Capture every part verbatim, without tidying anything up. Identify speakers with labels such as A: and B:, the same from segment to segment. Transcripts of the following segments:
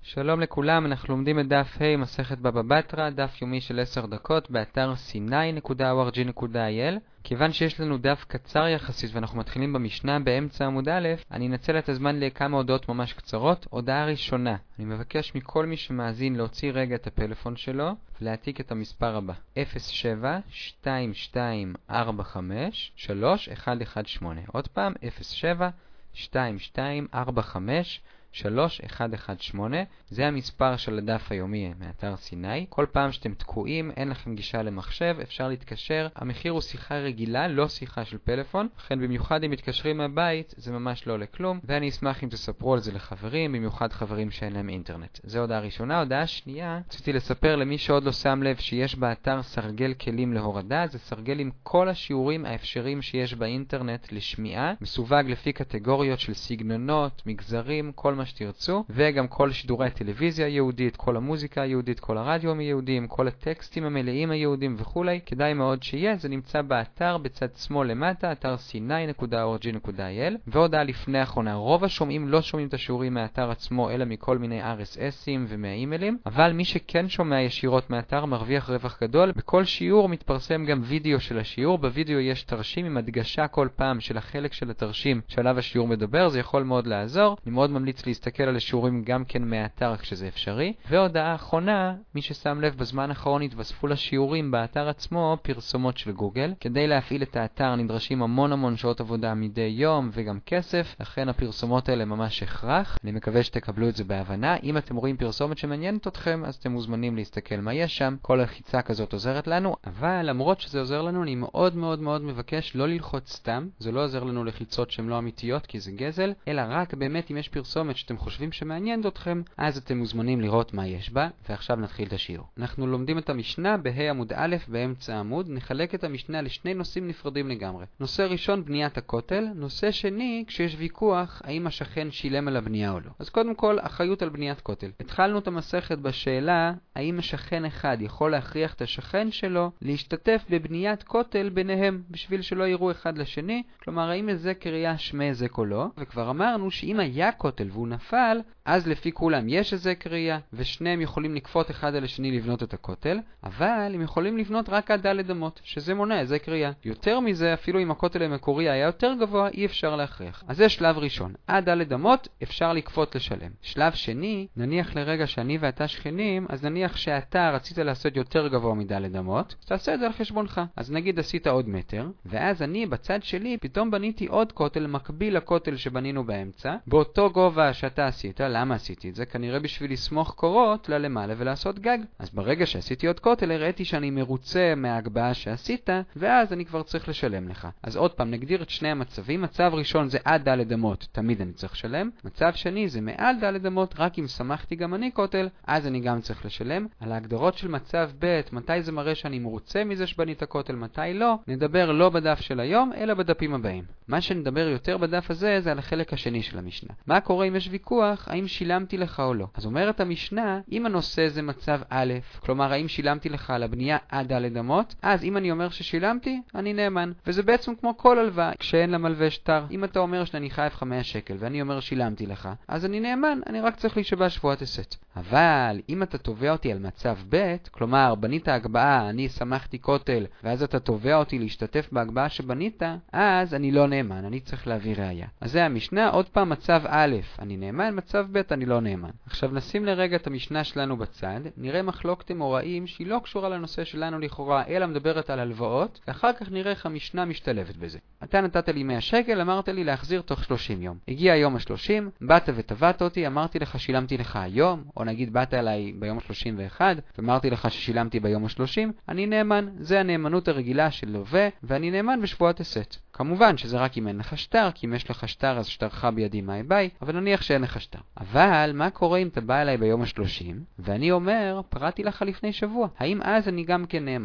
A: שלום לכולם, אנחנו לומדים את דף ה' מסכת בבא בתרא, דף יומי של עשר דקות באתר סיני נקודה או אר ג'י נקודה איי אל. כיוון שיש לנו דף קצר יחסית ואנחנו מתחילים במשנה באמצע עמוד א', אני אנצל את הזמן לכמה הודעות ממש קצרות. הודעה ראשונה, אני מבקש מכל מי שמאזין להוציא רגע את הפלאפון שלו ולהעתיק את המספר הבא: אפס שבע שתיים שתיים ארבע חמש שלוש אחת אחת שמונה. עוד פעם, אפס שבע שתיים שתיים ארבע חמש שלוש אחת אחת שמונה. זה המספר של הדף היומי מאתר סיני. כל פעם שאתם תקועים, אין לכם גישה למחשב, אפשר להתקשר. המחיר הוא שיחה רגילה, לא שיחה של פלאפון. לכן במיוחד אם מתקשרים מהבית, זה ממש לא עולה כלום. ואני אשמח אם תספרו על זה לחברים, במיוחד חברים שאין להם אינטרנט. זו הודעה ראשונה. הודעה שנייה, רציתי לספר למי שעוד לא שם לב שיש באתר סרגל כלים להורדה. זה סרגל עם כל השיעורים האפשריים שיש באינטרנט לשמיעה, מסווג לפי קטגוריות של סגנונות, מגזרים, כל מה שתרצו, וגם כל שידורי הטלוויזיה היהודית, כל המוזיקה היהודית, כל הרדיו היהודים, כל הטקסטים המלאים היהודים וכולי. כדאי מאוד שיהיה, זה נמצא באתר בצד שמאל למטה, אתר סיני נקודה או אר ג'י נקודה איי אל. והודעה לפני האחרונה, רוב השומעים לא שומעים את השיעורים מהאתר עצמו, אלא מכל מיני אר אס אסים ומהאימיילים, אבל מי שכן שומע ישירות מהאתר מרוויח רווח גדול. בכל שיעור מתפרסם גם וידאו של השיעור. בווידאו יש תרשים עם הדגשה כל פעם של החלק של התרשים שעליו השיעור מדבר. זה יכול מאוד לעזור. אני מאוד ממליץ להסתכל על השיעורים גם כן מהאתר כשזה אפשרי. והודעה האחרונה, מי ששם לב, בזמן האחרון התווספו לשיעורים באתר עצמו פרסומות של גוגל. כדי להפעיל את האתר נדרשים המון המון שעות עבודה מדי יום וגם כסף, לכן הפרסומות האלה ממש הכרח. אני מקווה שתקבלו את זה בהבנה. אם אתם רואים פרסומת שמעניינת אתכם, אז אתם מוזמנים להסתכל מה יש שם. כל הלחיצה כזאת עוזרת לנו, אבל למרות שזה עוזר לנו, אני מאוד מאוד מאוד מבקש לא ללחוץ סתם. זה לא עוזר לנו לחיצות שהן לא אמיתיות כי זה גזל, אלא רק באמת אם יש פרסומת שאתם חושבים שמעניינת אתכם, אז אתם מוזמנים לראות מה יש בה. ועכשיו נתחיל את השיעור. אנחנו לומדים את המשנה בה' עמוד א' באמצע העמוד. נחלק את המשנה לשני נושאים נפרדים לגמרי. נושא ראשון, בניית הכותל. נושא שני, כשיש ויכוח האם השכן שילם על הבנייה או לא. אז קודם כל, אחריות על בניית כותל. התחלנו את המסכת בשאלה האם השכן אחד יכול להכריח את השכן שלו להשתתף בבניית כותל ביניהם, בשביל שלא יראו אחד לשני. כלומר, האם זה קריאה שמי זה או לא. וכבר אמרנו שאם היה כותל והוא נפל, אז לפי כולם יש איזה קריאה, ושניהם יכולים לקפות אחד על השני לבנות את הכותל, אבל הם יכולים לבנות רק עד ד' אמות, שזה מונע איזה קריאה. יותר מזה, אפילו אם הכותל המקורי היה יותר גבוה, אי אפשר להכריח. אז זה שלב ראשון. עד ד' אמות אפשר לקפות לשלם. שלב שני, נניח לרגע שאני ואתה שכנים, אז נניח שאתה רצית לעשות יותר גבוה מד' אמות, אז תעשה את זה על חשבונך. אז נגיד עשית עוד מטר, ואז אני בצד שלי פתאום בניתי עוד כותל מקביל לכותל שבנינו באמצע, באותו גובה שאתה עשית. למה עשיתי את זה? כנראה בשביל לסמוך קורות ללמעלה ולעשות גג. אז ברגע שעשיתי עוד כותל, הראיתי שאני מרוצה מההגבהה שעשית, ואז אני כבר צריך לשלם לך. אז עוד פעם, נגדיר את שני המצבים. מצב ראשון זה עד ד' אמות, תמיד אני צריך לשלם. מצב שני זה מעל ד' אמות, רק אם שמחתי גם אני כותל, אז אני גם צריך לשלם. על ההגדרות של מצב ב', מתי זה מראה שאני מרוצה מזה שבנית הכותל, מתי לא, נדבר לא בדף של היום, אלא בדפים הבאים. מה שנדבר יותר בדף הזה זה על החלק השני של המשנה. מה קורה אם יש ויכוח, האם שילמתי לך או לא? אז אומרת המשנה, אם הנושא זה מצב א', כלומר האם שילמתי לך על הבנייה עד ד' אמות, אז אם אני אומר ששילמתי, אני נאמן. וזה בעצם כמו כל הלוואה, כשאין למלווה שטר. אם אתה אומר שאני חייב חמש שקל ואני אומר שילמתי לך, אז אני נאמן, אני רק צריך להישבע שבועת הסת. אבל אם אתה תובע אותי על מצב ב', כלומר בנית הגבהה, אני שמחתי כותל, ואז אתה תובע אותי להשתתף בהגבהה שבנית, אז אני לא נאמן, אני צריך להביא ראיה. אז זה המשנה. עוד פעם, מצב א', אני נאמן, מצב ב', אני לא נאמן. עכשיו נשים לרגע את המשנה שלנו בצד, נראה מחלוקת אמוראים שהיא לא קשורה לנושא שלנו לכאורה, אלא מדברת על הלוואות, ואחר כך נראה איך המשנה משתלבת בזה. אתה נתת לי מאה שקל, אמרת לי להחזיר תוך שלושים יום. הגיע היום ה-שלושים, באת ותבעת אותי, אמרתי לך שילמתי לך היום, או נגיד באת אליי ביום ה-שלושים ואחד, ואמרתי לך ששילמתי ביום ה-שלושים, אני נאמן. זה הנאמנות הרגילה של לווה, ואני נאמן בשבועת הסת. כמובן שזה רק אם אין לך שטר, כי אם יש לך שטר אז שטרך בידי מאי ביי, אבל נניח שאין לך שטר. אבל מה קורה אם אתה בא אליי ביום ה-שלושים, ואני אומר, פרעתי לך לפני שבוע? האם אז אני גם כן נאמן?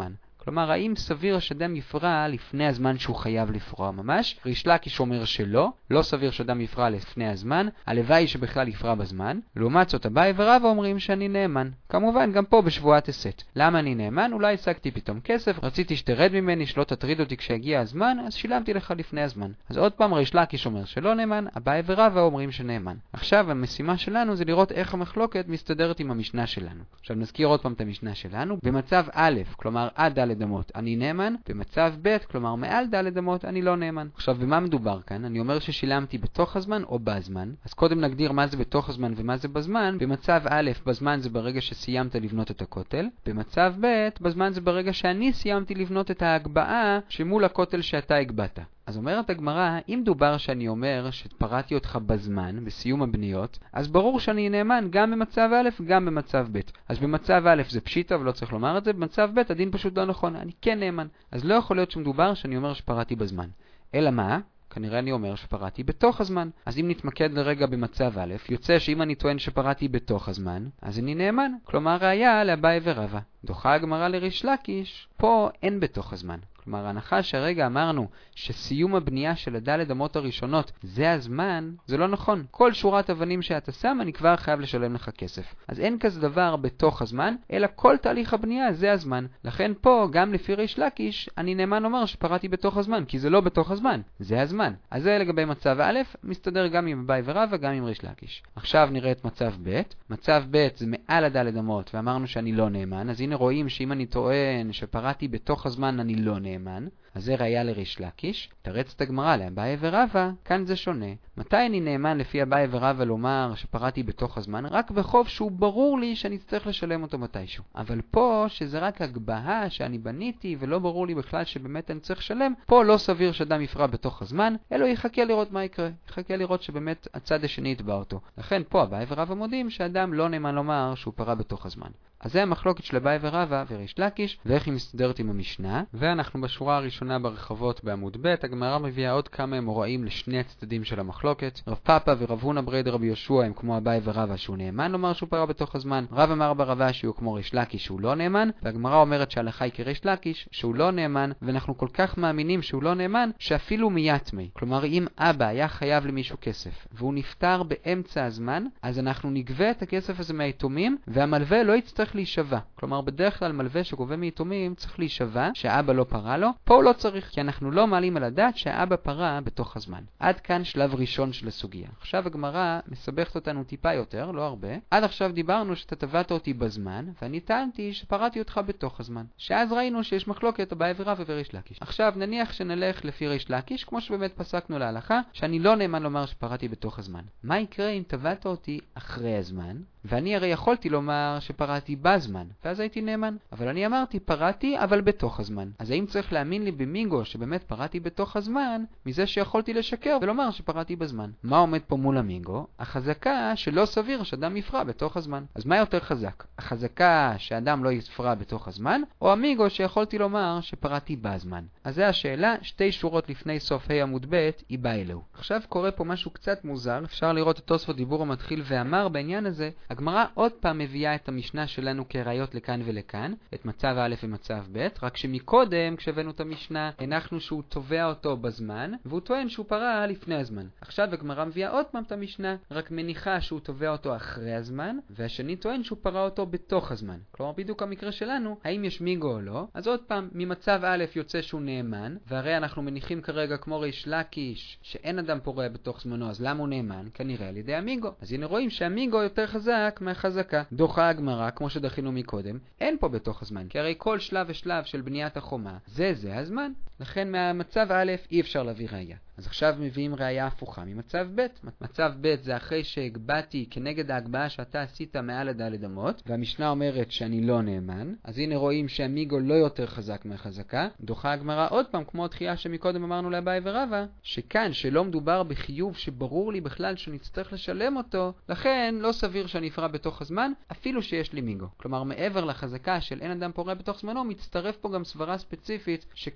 B: כלומר, האם סביר שאדם יפרע לפני הזמן שהוא חייב לפרוע ממש? ריש לקיש אומר שלא, לא סביר שאדם יפרע לפני הזמן, הלוואי שבכלל יפרע בזמן. לעומת זאת, אביי ורבא אומרים שאני נאמן. כמובן, גם פה בשבועת הסת. למה אני נאמן? אולי השגתי פתאום כסף, רציתי שתרד ממני, שלא תטריד אותי כשיגיע הזמן, אז שילמתי לך לפני הזמן. אז עוד פעם ריש לקיש אומר שלא נאמן, אביי ורבא אומרים שנאמן. עכשיו המשימה שלנו זה לראות איך המחלוקת מסתדרת עם המשנה שלנו. עכשיו נזכיר עוד פעם את המשנה שלנו. במצב א', כלומר עד ד' אמות, אני נאמן. במצב ב', כלומר מעל ד' אמות, אני לא נאמן. עכשיו במה מדובר כאן? אני אומר ששילמתי בתוך הזמן או בזמן. אז קודם נגדיר מה זה בתוך הזמן ומה זה בזמן. במצב א', בזמן זה ברגע שסיימת לבנות את הכותל. במצב ב', בזמן זה ברגע שאני סיימתי לבנות את ההגבעה שמול הכותל שאתה הגבעת. אז אומרת הגמרא, אם דובר שאני אומר שפרעתי אותך בזמן, בסיום הבניות, אז ברור שאני נאמן גם במצב א', גם במצב ב'. אז במצב א' זה פשיטה ולא צריך לומר את זה, במצב ב' הדין פשוט לא נכון, אני כן נאמן. אז לא יכול להיות שמדובר שאני אומר שפרעתי בזמן. אלא מה? כנראה אני אומר שפרעתי בתוך הזמן. אז אם נתמקד לרגע במצב א', יוצא שאם אני טוען שפרעתי בתוך הזמן, אז אני נאמן. כלומר, ראיה לאביי ורבא. דוחה הגמרא לריש לקיש, פה אין בתוך הזמן. כלומר, ההנחה שהרגע אמרנו שסיום הבנייה של הדלת אמות הראשונות זה הזמן, זה לא נכון. כל שורת אבנים שאתה שם, אני כבר חייב לשלם לך כסף. אז אין כזה דבר בתוך הזמן, אלא כל תהליך הבנייה זה הזמן. לכן פה, גם לפי ריש לקיש, אני נאמן לומר שפרעתי בתוך הזמן, כי זה לא בתוך הזמן, זה הזמן. אז זה לגבי מצב א', מסתדר גם עם אביי ורבא, גם עם ריש לקיש. עכשיו נראה את מצב ב'. מצב ב' זה מעל הדלת אמות, ואמרנו שאני לא נאמן. אז הנה רואים שאם אני טוען שפרעתי בתוך הזמן, אני לא נאמן. אז זה ראיה לריש לקיש. תרץ את הגמרא לאביי ורבא, כאן זה שונה. מתי אני נאמן לפי אביי ורבא לומר שפרעתי בתוך הזמן? רק בחוב שהוא ברור לי שאני צריך לשלם אותו מתישהו. אבל פה, שזה רק הגבהה שאני בניתי ולא ברור לי בכלל שבאמת אני צריך לשלם, פה לא סביר שאדם יפרע בתוך הזמן, אלא יחכה לראות מה יקרה. יחכה לראות שבאמת הצד השני יתבע אותו. לכן פה אביי ורבא מודים שאדם לא נאמן לומר שהוא פרע בתוך הזמן. אז זה המחלוקת של אביי ורבא וריש לקיש, ואיך היא מסתדרת עם המשנה. ואנחנו בשורה הראשונה ברחבות בעמוד ב', הגמרא מביאה עוד כמה אמוראים לשני הצדדים של המחלוקת. רב פאפא ורב הונא ברי דרבי יהושע הם כמו אביי ורבא שהוא נאמן לומר שהוא פרע בתוך הזמן. רב אמר ברב אשי הוא כמו ריש לקיש שהוא לא נאמן, והגמרא אומרת שההלכה היא כריש לקיש שהוא לא נאמן, ואנחנו כל כך מאמינים שהוא לא נאמן שאפילו מיתמי. כלומר, אם אבא היה חייב למישהו כסף והוא נפטר באמצע הזמן, אז אנחנו נגבה את הכסף הזה מהיתומים, והמלווה לא יצטרך להישבע. כלומר, בדרך כלל מלווה שגובה מיתומים צריך להישבע שהאבא לא פרע לו. פה הוא לא צריך, כי אנחנו לא מעלים על הדעת שהאבא פרע בתוך הזמן. עד כאן שלב ראשון של הסוגיה. עכשיו הגמרא מסבכת אותנו טיפה יותר, לא הרבה. עד עכשיו דיברנו שאתה תבעת אותי בזמן, ואני טענתי שפרעתי אותך בתוך הזמן. שאז ראינו שיש מחלוקת אביי ורבא וריש לקיש. עכשיו נניח שנלך לפי ריש לקיש, כמו שבאמת פסקנו להלכה, שאני לא נאמן לומר שפרעתי בתוך הזמן. מה יקרה אם תבעת אותי אחרי הזמן? ואני הרי יכולתי לומר שפרעתי בזמן, ואז הייתי נאמן. אבל אני אמרתי פרעתי אבל בתוך הזמן. אז האם צריך להאמין לי במינגו שבאמת פרעתי בתוך הזמן, מזה שיכולתי לשקר ולומר שפרעתי בזמן? מה עומד פה מול המינגו? החזקה שלא סביר שאדם יפרע בתוך הזמן. אז מה יותר חזק? החזקה שאדם לא יפרע בתוך הזמן, או המינגו שיכולתי לומר שפרעתי בזמן? אז זה השאלה, שתי שורות לפני סוף ה' עמוד ב' היא באה אלוהו. עכשיו קורה פה משהו קצת מוזר, אפשר לראות את תוספות דיבור המתחיל ואמר בעניין הזה. הגמרא עוד פעם מביאה את המשנה שלנו כראיות לכאן ולכאן, את מצב א' ומצב ב', רק שמקודם כשהבאנו את המשנה הנחנו שהוא תובע אותו בזמן, והוא טוען שהוא פרע לפני הזמן. עכשיו הגמרא מביאה עוד פעם את המשנה, רק מניחה שהוא תובע אותו אחרי הזמן, והשני טוען שהוא פרע אותו בתוך הזמן. כלומר בדיוק המקרה שלנו, האם יש מיגו או לא? אז עוד פעם, ממצב א' יוצא שהוא נאמן, והרי אנחנו מניחים כרגע כמו ריש לקיש שאין אדם פורע בתוך זמנו, אז למה הוא נאמן? כנראה על ידי המיגו. אז הנה רואים שהמיגו יותר חזק מהחזקה. דוחה הגמרא, כמו שדחינו מקודם, אין פה בתוך הזמן, כי הרי כל שלב ושלב של בניית החומה זה זה הזמן. לכן מהמצב א' אי אפשר להביא ראיה. אז עכשיו מביאים ראיה הפוכה ממצב ב'. מצב ב' זה אחרי שהגבעתי כנגד ההגבעה שאתה עשית מעל הדלת אמות, והמשנה אומרת שאני לא נאמן. אז הנה רואים שהמיגו לא יותר חזק מהחזקה. דוחה הגמרא עוד פעם, כמו התחייה שמקודם אמרנו לאביי ורבא, שכאן שלא מדובר בחיוב שברור לי בכלל שנצטרך לשלם אותו, לכן לא סביר שאני אפרע בתוך הזמן, אפילו שיש לי מיגו. כלומר מעבר לחזקה של אין אדם פורע בתוך זמנו, מצטרף פה גם סברה ספציפית שכאן זה לא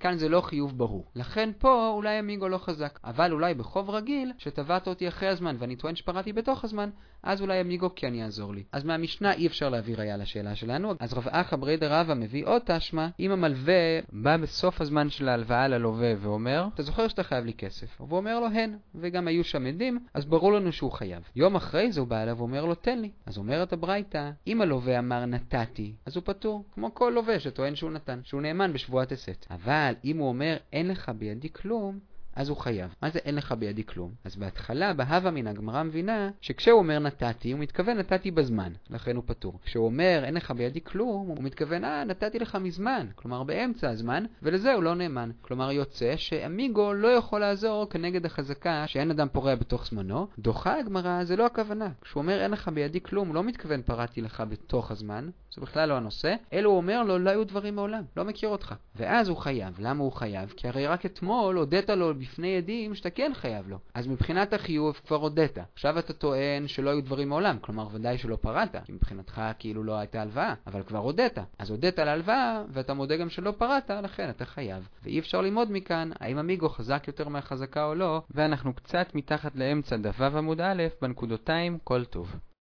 B: חיוב ברור. לכן פה אולי אמיגו לא חזק. אבל אולי בחוב רגיל, שטבעת אותי אחרי הזמן ואני טוען שפרעתי בתוך הזמן, אז אולי אמיגו כן יעזור לי. אז מהמשנה אי אפשר להביא ראיה לשאלה שלנו. אז רב אחא ברי דרבא מביא עוד תשמע, אם המלווה
A: בא בסוף הזמן של ההלוואה ללווה ואומר,
B: אתה זוכר שאתה חייב לי כסף? והוא אומר לו הן, וגם היו שם עדים, אז ברור לנו שהוא חייב. יום אחרי זה הוא בא אליו ואומר לו תן לי. אז אומרת הברייתא, אם הלווה אמר נתתי, אז הוא פטור, כמו כל לווה שטוען שהוא נתן, שהוא נאמן בשבועת הסת. אבל אם הוא אומר אין לך בידי כלום, אז הוא חייב. מה זה אין לך בידי כלום? אז בהתחלה, בהווה מן הגמרא מבינה שכשהוא אומר נתתי, הוא מתכוון נתתי בזמן, לכן הוא פטור. כשהוא אומר אין לך בידי כלום, הוא מתכוון אה, נתתי לך מזמן, כלומר באמצע הזמן, ולזה הוא לא נאמן. כלומר יוצא שאמיגו לא יכול לעזור כנגד החזקה שאין אדם פורע בתוך זמנו. דוחה הגמרא, זה לא הכוונה. כשהוא אומר אין לך בידי כלום, הוא לא מתכוון פרעתי לך בתוך הזמן, זה בכלל לא הנושא, אלא הוא אומר לו לא היו דברים מעולם, לא מכיר אותך. ואז הוא חייב. למה הוא חייב? כי הרי רק אתמול הודית לו בפני עדים שאתה כן חייב לו. אז מבחינת החיוב כבר הודית. עכשיו אתה טוען שלא היו דברים מעולם, כלומר ודאי שלא פרעת, כי מבחינתך כאילו לא הייתה הלוואה, אבל כבר הודית. אז הודית על ההלוואה ואתה מודה גם שלא פרעת, לכן אתה חייב. ואי אפשר ללמוד מכאן האם אמיגו חזק יותר מהחזקה או לא,
A: ואנחנו קצת מתחת לאמצע דף ו' עמוד א' בנקודותיים כל טוב.